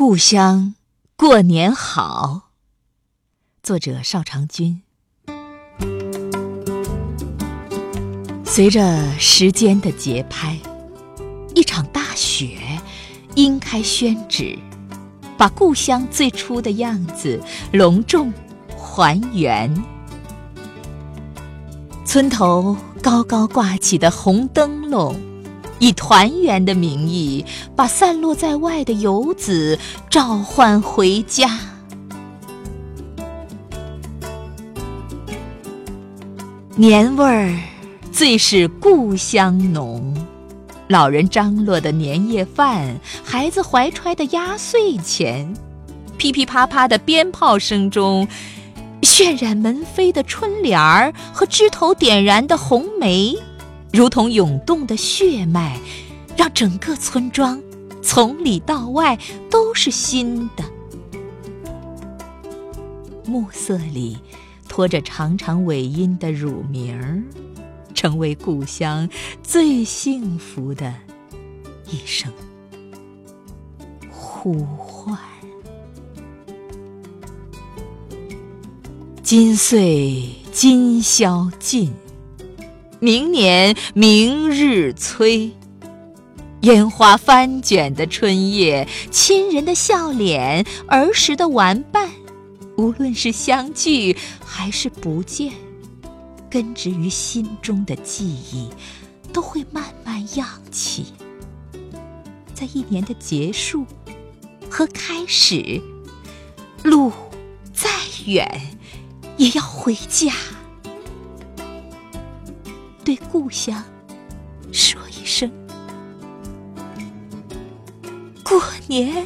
故乡过年好，作者邵长君。随着时间的节拍，一场大雪阴开宣纸，把故乡最初的样子隆重还原。村头高高挂起的红灯笼，以团圆的名义，把散落在外的游子召唤回家。年味儿最是故乡浓，老人张罗的年夜饭，孩子怀揣的压岁钱，噼噼啪啪的鞭炮声中，渲染门扉的春联儿和枝头点燃的红梅，如同涌动的血脉，让整个村庄从里到外都是新的。暮色里拖着长长尾音的乳名，成为故乡最幸福的一声呼唤。今岁今宵尽，明年明日催。烟花翻卷的春夜，亲人的笑脸，儿时的玩伴，无论是相聚还是不见，根植于心中的记忆都会慢慢漾起。在一年的结束和开始，路再远也要回家，对故乡说一声过年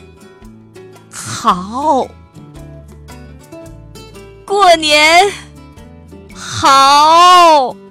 好，过年好。